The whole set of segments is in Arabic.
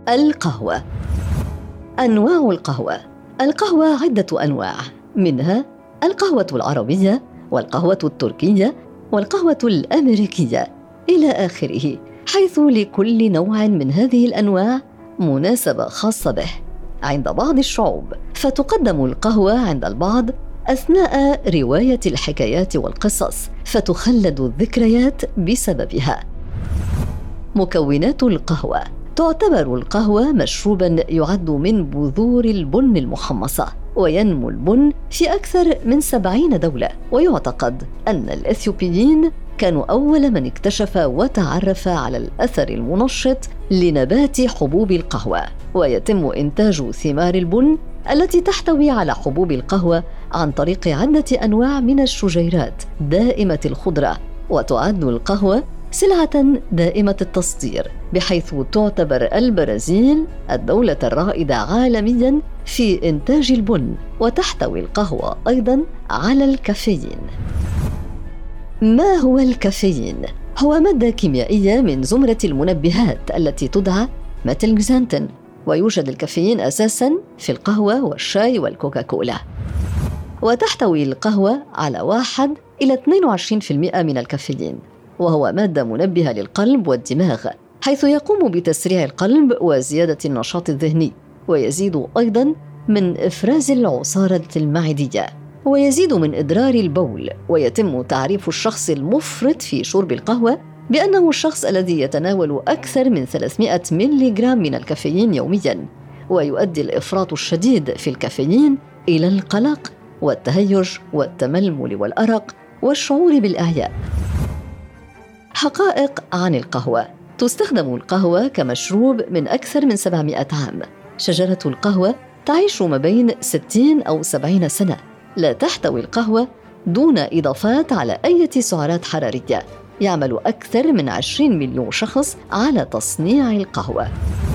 القهوة. أنواع القهوة. القهوة عدة أنواع، منها القهوة العربية والقهوة التركية والقهوة الأمريكية إلى آخره، حيث لكل نوع من هذه الأنواع مناسبة خاصة به عند بعض الشعوب، فتقدم القهوة عند البعض أثناء رواية الحكايات والقصص، فتخلد الذكريات بسببها. مكونات القهوة. تعتبر القهوة مشروباً يعد من بذور البن المحمصة، وينمو البن في أكثر من 70 دولة، ويعتقد أن الإثيوبيين كانوا أول من اكتشف وتعرف على الأثر المنشط لنبات حبوب القهوة. ويتم إنتاج ثمار البن التي تحتوي على حبوب القهوة عن طريق عدة أنواع من الشجيرات دائمة الخضرة، وتعد القهوة سلعة دائمة التصدير، بحيث تعتبر البرازيل الدولة الرائدة عالمياً في إنتاج البن، وتحتوي القهوة أيضاً على الكافيين. ما هو الكافيين؟ هو مادة كيميائية من زمرة المنبهات التي تدعى ميثيلكسانتين، ويوجد الكافيين أساساً في القهوة والشاي والكوكاكولا. وتحتوي القهوة على 1 إلى 22% من الكافيين، وهو مادة منبهة للقلب والدماغ، حيث يقوم بتسريع القلب وزيادة النشاط الذهني، ويزيد أيضاً من إفراز العصارة المعدية، ويزيد من إدرار البول. ويتم تعريف الشخص المفرط في شرب القهوة بأنه الشخص الذي يتناول أكثر من 300 ملغ من الكافيين يومياً، ويؤدي الإفراط الشديد في الكافيين إلى القلق والتهيج والتململ والأرق والشعور بالإعياء. حقائق عن القهوة. تستخدم القهوة كمشروب من أكثر من 700 عام. شجرة القهوة تعيش ما بين 60 أو 70 سنة. لا تحتوي القهوة دون إضافات على أي سعرات حرارية. يعمل أكثر من 20 مليون شخص على تصنيع القهوة.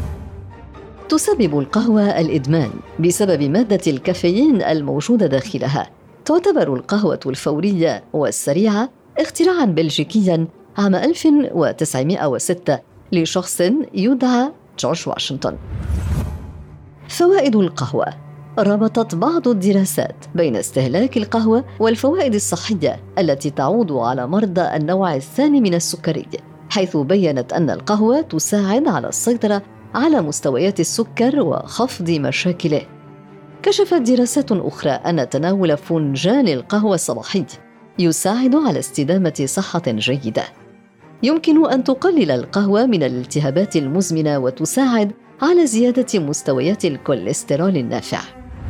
تسبب القهوة الإدمان بسبب مادة الكافيين الموجودة داخلها. تعتبر القهوة الفورية والسريعة اختراعاً بلجيكياً عام 1906 لشخص يدعى جورج واشنطن. فوائد القهوة. ربطت بعض الدراسات بين استهلاك القهوة والفوائد الصحية التي تعود على مرضى النوع الثاني من السكري، حيث بيّنت أن القهوة تساعد على السيطرة على مستويات السكر وخفض مشاكله. كشفت دراسات أخرى أن تناول فنجان القهوة الصباحي يساعد على استدامة صحة جيدة. يمكن أن تقلل القهوة من الالتهابات المزمنة وتساعد على زيادة مستويات الكوليسترول النافع.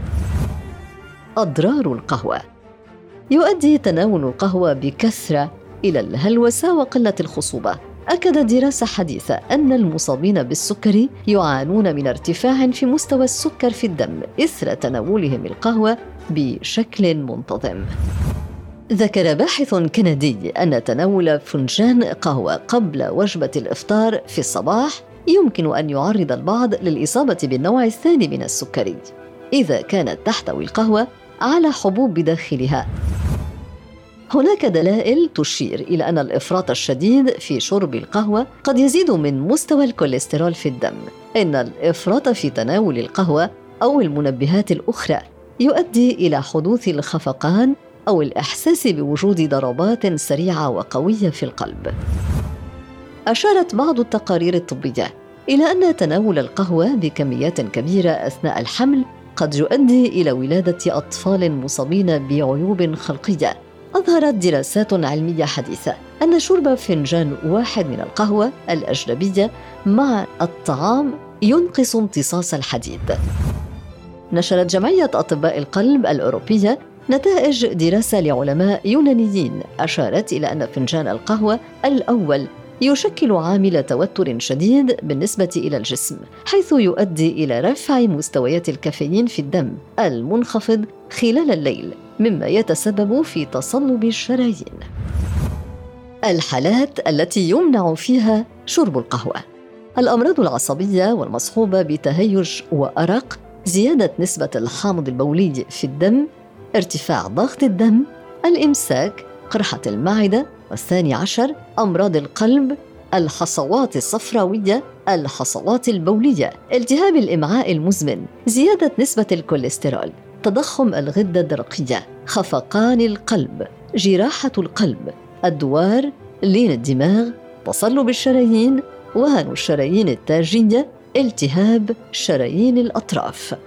أضرار القهوة. يؤدي تناول القهوة بكثرة إلى الهلوسة وقلة الخصوبة. أكدت دراسة حديثة أن المصابين بالسكري يعانون من ارتفاع في مستوى السكر في الدم إثر تناولهم القهوة بشكل منتظم. ذكر باحث كندي أن تناول فنجان قهوة قبل وجبة الإفطار في الصباح يمكن أن يعرض البعض للإصابة بالنوع الثاني من السكري إذا كانت تحتوي القهوة على حبوب بداخلها. هناك دلائل تشير إلى أن الإفراط الشديد في شرب القهوة قد يزيد من مستوى الكوليسترول في الدم. إن الإفراط في تناول القهوة أو المنبهات الأخرى يؤدي إلى حدوث الخفقان أو الإحساس بوجود ضربات سريعة وقوية في القلب. أشارت بعض التقارير الطبية إلى أن تناول القهوة بكميات كبيرة أثناء الحمل قد يؤدي إلى ولادة أطفال مصابين بعيوب خلقية. أظهرت دراسات علمية حديثة أن شرب فنجان واحد من القهوة الأجنبية مع الطعام ينقص امتصاص الحديد. نشرت جمعية أطباء القلب الأوروبية نتائج دراسة لعلماء يونانيين أشارت إلى أن فنجان القهوة الأول يشكل عامل توتر شديد بالنسبة إلى الجسم، حيث يؤدي إلى رفع مستويات الكافيين في الدم المنخفض خلال الليل، مما يتسبب في تصلب الشرايين. الحالات التي يمنع فيها شرب القهوة: الأمراض العصبية والمصحوبة بتهيج وأرق، زيادة نسبة الحامض البولي في الدم، ارتفاع ضغط الدم، الإمساك، قرحة المعدة، والثاني عشر أمراض القلب الحصوات الصفراوية، الحصوات البولية، التهاب الإمعاء المزمن، زيادة نسبة الكوليسترول، تضخم الغدة الدرقية، خفقان القلب، جراحة القلب، الدوار، لين الدماغ، تصلب الشرايين، وهن الشرايين التاجية، التهاب شرايين الأطراف.